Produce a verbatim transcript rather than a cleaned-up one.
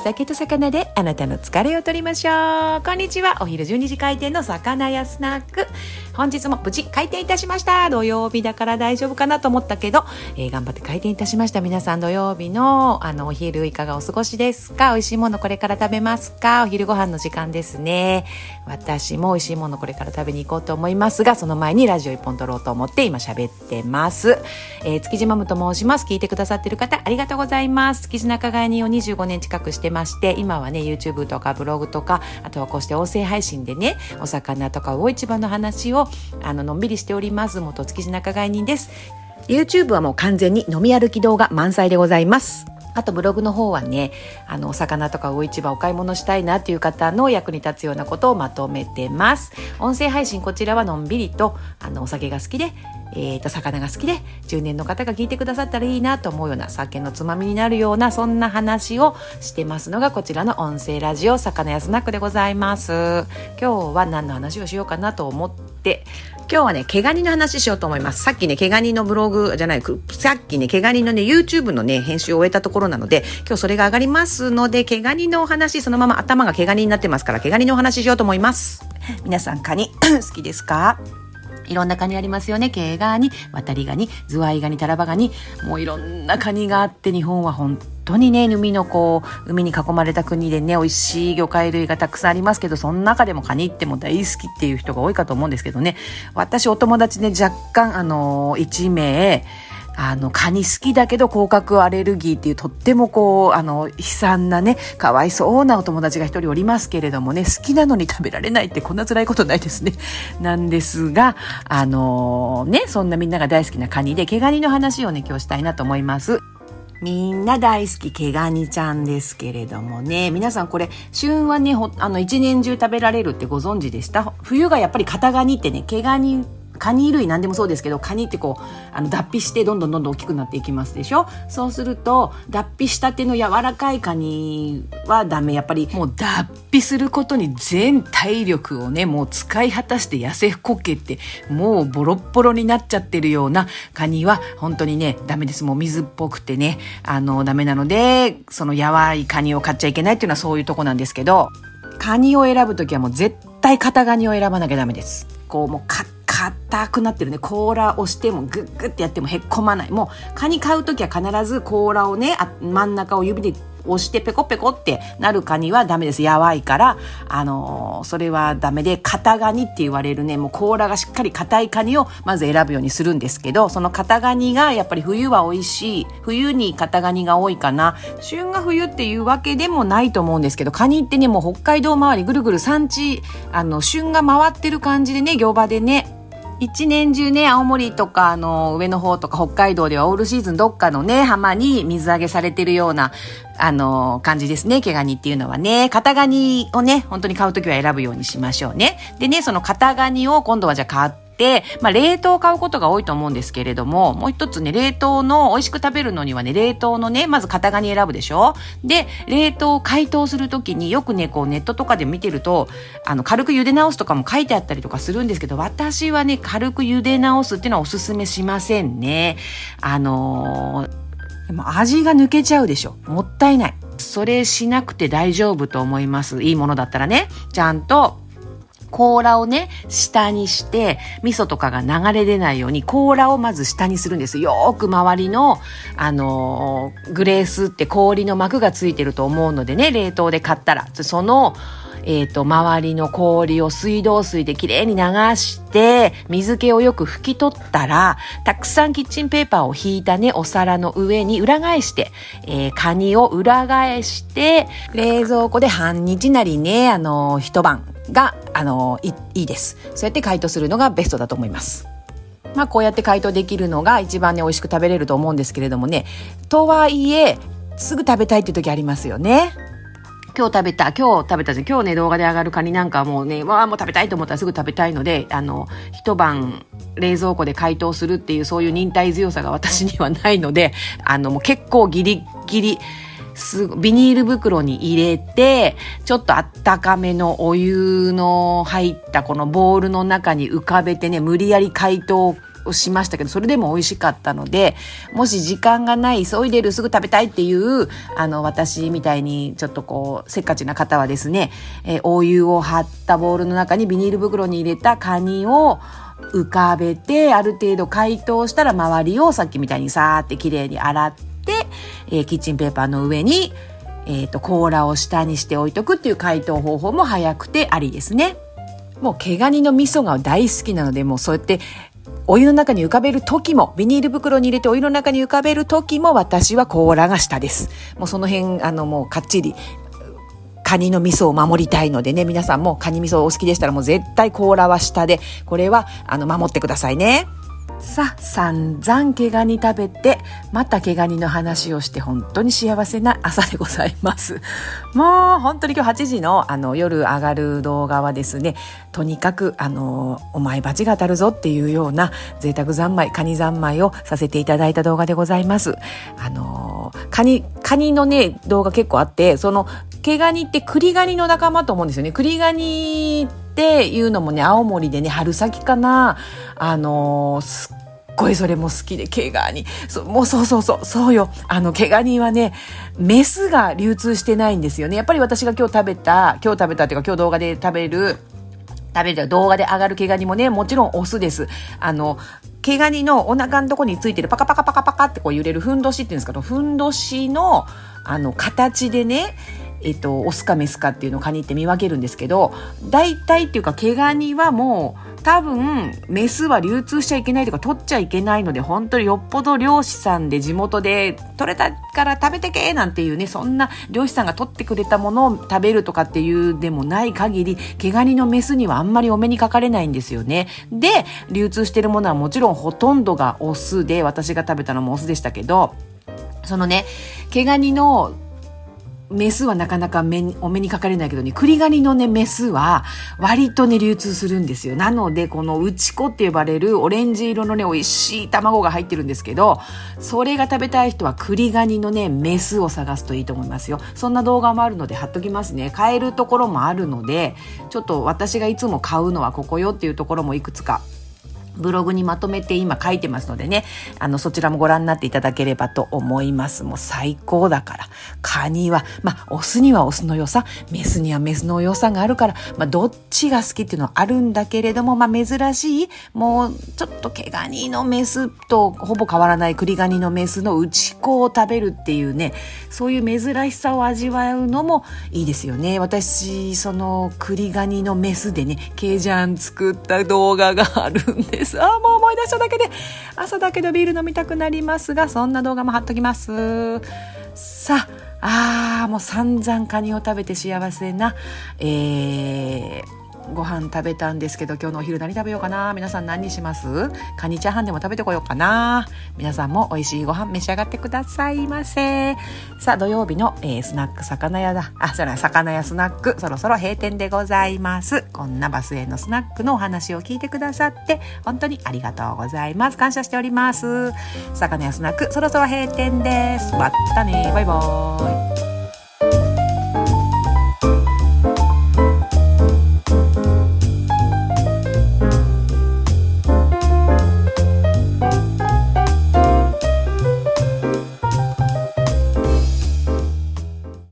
酒と魚であなたの疲れを取りましょう。こんにちは。お昼じゅうにじ開店の魚屋スナック。本日も無事開店いたしました。土曜日だから大丈夫かなと思ったけど、えー、頑張って開店いたしました。皆さん土曜日のあのお昼いかがお過ごしですか？美味しいものこれから食べますか？お昼ご飯の時間ですね。私も美味しいものこれから食べに行こうと思いますが、その前にラジオ一本撮ろうと思って今喋ってます。えー、築地マムと申します。聞いてくださってる方ありがとうございます。築地仲買人をにじゅうごねん近くしてまして、今はね YouTube とかブログとか、あとはこうして音声配信でね、お魚とか魚市場の話をあののんびりしております。元築地仲買人です。 YouTube はもう完全に飲み歩き動画満載でございます。あとブログの方はね、あのお魚とか魚市場お買い物したいなっていう方の役に立つようなことをまとめてます。音声配信こちらはのんびりとあのお酒が好きで、えー、と魚が好きで中年の方が聞いてくださったらいいなと思うような、酒のつまみになるようなそんな話をしてますのがこちらの音声ラジオ魚屋スナックでございます。今日は何の話をしようかなと思って、今日はね毛ガニの話しようと思います。さっきね毛ガニのブログじゃないさっきね毛ガニのね YouTube のね編集を終えたところなので、今日それが上がりますので、毛ガニのお話、そのまま頭が毛ガニになってますから毛ガニのお話しようと思います。皆さんカニ好きですか？いろんなカニありますよね。毛ガニ、渡りガニ、ズワイガニ、タラバガニ、もういろんなカニがあって、日本は本当にね海のこう海に囲まれた国でね美味しい魚介類がたくさんありますけど、その中でもカニっても大好きっていう人が多いかと思うんですけどね、私お友達ね若干あのいち名あのカニ好きだけど甲殻アレルギーっていうとってもこうあの悲惨なねかわいそうなお友達が一人おりますけれどもね、好きなのに食べられないってこんな辛いことないですね。なんですがあのねそんなみんなが大好きなカニで毛ガニの話をね今日したいなと思います。みんな大好き毛ガニちゃんですけれどもね、皆さんこれ旬はねあの一年中食べられるってご存知でした？冬がやっぱりカタガニってね、毛ガニカニ類何でもそうですけど、カニってこうあの脱皮してどんどんどんどん大きくなっていきますでしょ。そうすると脱皮したての柔らかいカニはダメ。やっぱりもう脱皮することに全体力をねもう使い果たして痩せこけてもうボロッボロになっちゃってるようなカニは本当にねダメです。もう水っぽくてねあのダメなので、そのやわいカニを買っちゃいけないっていうのはそういうとこなんですけど、カニを選ぶときはもう絶対型ガニを選ばなきゃダメです。こうもうカッ硬くなってるね、甲羅をしてもグッグッってやってもへっこまない。もうカニ買うときは必ず甲羅をねあ真ん中を指で押してペコペコってなるカニはダメです。やわいからあのー、それはダメで、型ガニって言われるねもう甲羅がしっかり硬いカニをまず選ぶようにするんですけど、その型ガニがやっぱり冬は美味しい、冬に型ガニが多いかな。旬が冬っていうわけでもないと思うんですけど、カニってねもう北海道周りぐるぐる産地あの旬が回ってる感じでね、漁場でね一年中ね青森とかあの上の方とか北海道ではオールシーズンどっかのね浜に水揚げされてるようなあの感じですね。毛ガニっていうのはね、型ガニをね本当に買うときは選ぶようにしましょうね。でねその型ガニを今度はじゃあ買ってで、まあ、冷凍を買うことが多いと思うんですけれども、もう一つね、冷凍の美味しく食べるのにはね、冷凍のね、まず型ガニ選ぶでしょ。で、冷凍を解凍するときによくね、こうネットとかで見てると、あの、軽く茹で直すとかも書いてあったりとかするんですけど、私はね、軽く茹で直すっていうのはおすすめしませんね。あのー、でも味が抜けちゃうでしょ。もったいない。それしなくて大丈夫と思います。いいものだったらね、ちゃんと、甲羅をね下にして味噌とかが流れ出ないように甲羅をまず下にするんです。よーく周りのあのー、グレースって氷の膜がついてると思うのでね、冷凍で買ったらそのえっと周りの氷を水道水できれいに流して水気をよく拭き取ったら、たくさんキッチンペーパーを引いたねお皿の上に裏返して、えー、カニを裏返して冷蔵庫で半日なりねあのー、一晩があのいいいです。そうやって解凍するのがベストだと思います。まあこうやって解凍できるのが一番ね美味しく食べれると思うんですけれどもね、とはいえすぐ食べたいっていう時ありますよね。今日食べた今日食べた今日ね動画で上がるカニなんかはもうねわあもう食べたいと思ったらすぐ食べたいので、あの一晩冷蔵庫で解凍するっていうそういう忍耐強さが私にはないので、あのもう結構ギリギリすビニール袋に入れてちょっとあったかめのお湯の入ったこのボウルの中に浮かべてね無理やり解凍をしましたけど、それでも美味しかったので、もし時間がない、急いでる、すぐ食べたいっていう、あの、私みたいにちょっとこう、せっかちな方はですね、えー、お湯を張ったボウルの中にビニール袋に入れたカニを浮かべて、ある程度解凍したら周りをさっきみたいにさーってきれいに洗って、えー、キッチンペーパーの上に、えっと、甲羅を下にして置いとくっていう解凍方法も早くてありですね。もう毛ガニの味噌が大好きなので、もうそうやってお湯の中に浮かべる時も、ビニール袋に入れてお湯の中に浮かべる時も、私は甲羅が下です。もうその辺、あの、もうかっちり、カニの味噌を守りたいのでね、皆さんもカニ味噌お好きでしたらもう絶対甲羅は下で、これは、あの、守ってくださいね。さあ、散々毛ガニ食べて、また毛ガニの話をして本当に幸せな朝でございます。もう本当に今日はちじのあの夜上がる動画はですね、とにかくあのお前罰が当たるぞっていうような贅沢三昧、カニ三昧をさせていただいた動画でございます。あのカニ、カニのね動画結構あって、その毛ガニって栗ガニの仲間と思うんですよね。栗ガニっていうのもね、青森でね、春先かな、あのー、すっごいそれも好きで、毛ガニ、そもうそうそうそう、そうよ。あの、毛ガニはね、メスが流通してないんですよね。やっぱり私が今日食べた、今日食べたっていうか今日動画で食べる、食べる動画で上がる毛ガニもね、もちろんオスです。あの、毛ガニのお腹のとこについてるパカパカパカパカってこう揺れるふんどしっていうんですけど、ふんどしの、あの、形でね、えっと、オスかメスかっていうのをカニって見分けるんですけど、大体っていうか毛ガニはもう多分メスは流通しちゃいけないとか取っちゃいけないので、本当によっぽど漁師さんで地元で取れたから食べてけなんていうね、そんな漁師さんが取ってくれたものを食べるとかっていうでもない限り、毛ガニのメスにはあんまりお目にかかれないんですよね。で、流通してるものはもちろんほとんどがオスで、私が食べたのもオスでしたけど、そのね、毛ガニのメスはなかなか目にお目にかかれないけどね、栗ガニのね、メスは割とね、流通するんですよ。なので、このウチコって呼ばれるオレンジ色のね、美味しい卵が入ってるんですけど、それが食べたい人は栗ガニのね、メスを探すといいと思いますよ。そんな動画もあるので貼っときますね。買えるところもあるので、ちょっと私がいつも買うのはここよっていうところもいくつかブログにまとめて今書いてますのでね、あの、そちらもご覧になっていただければと思います。もう最高だから。カニは、まあ、オスにはオスの良さ、メスにはメスの良さがあるから、まあ、どっちが好きっていうのはあるんだけれども、まあ、珍しい、もう、ちょっと毛ガニのメスとほぼ変わらない栗ガニのメスの内子を食べるっていうね、そういう珍しさを味わうのもいいですよね。私、その栗ガニのメスでね、ケイジャン作った動画があるんです。あ、もう思い出しただけで朝だけどビール飲みたくなりますが、そんな動画も貼っときます。さあ、あーもう散々カニを食べて幸せな、えーご飯食べたんですけど、今日のお昼何食べようかな。皆さん何にします？カニチャーハンでも食べてこようかな。皆さんも美味しいご飯召し上がってくださいませ。さあ、土曜日の、えー、スナック魚屋だ。あ、じゃない、魚屋スナック、そろそろ閉店でございます。こんなバスへのスナックのお話を聞いてくださって本当にありがとうございます。感謝しております。魚屋スナック、そろそろ閉店です。またね。バイバーイ。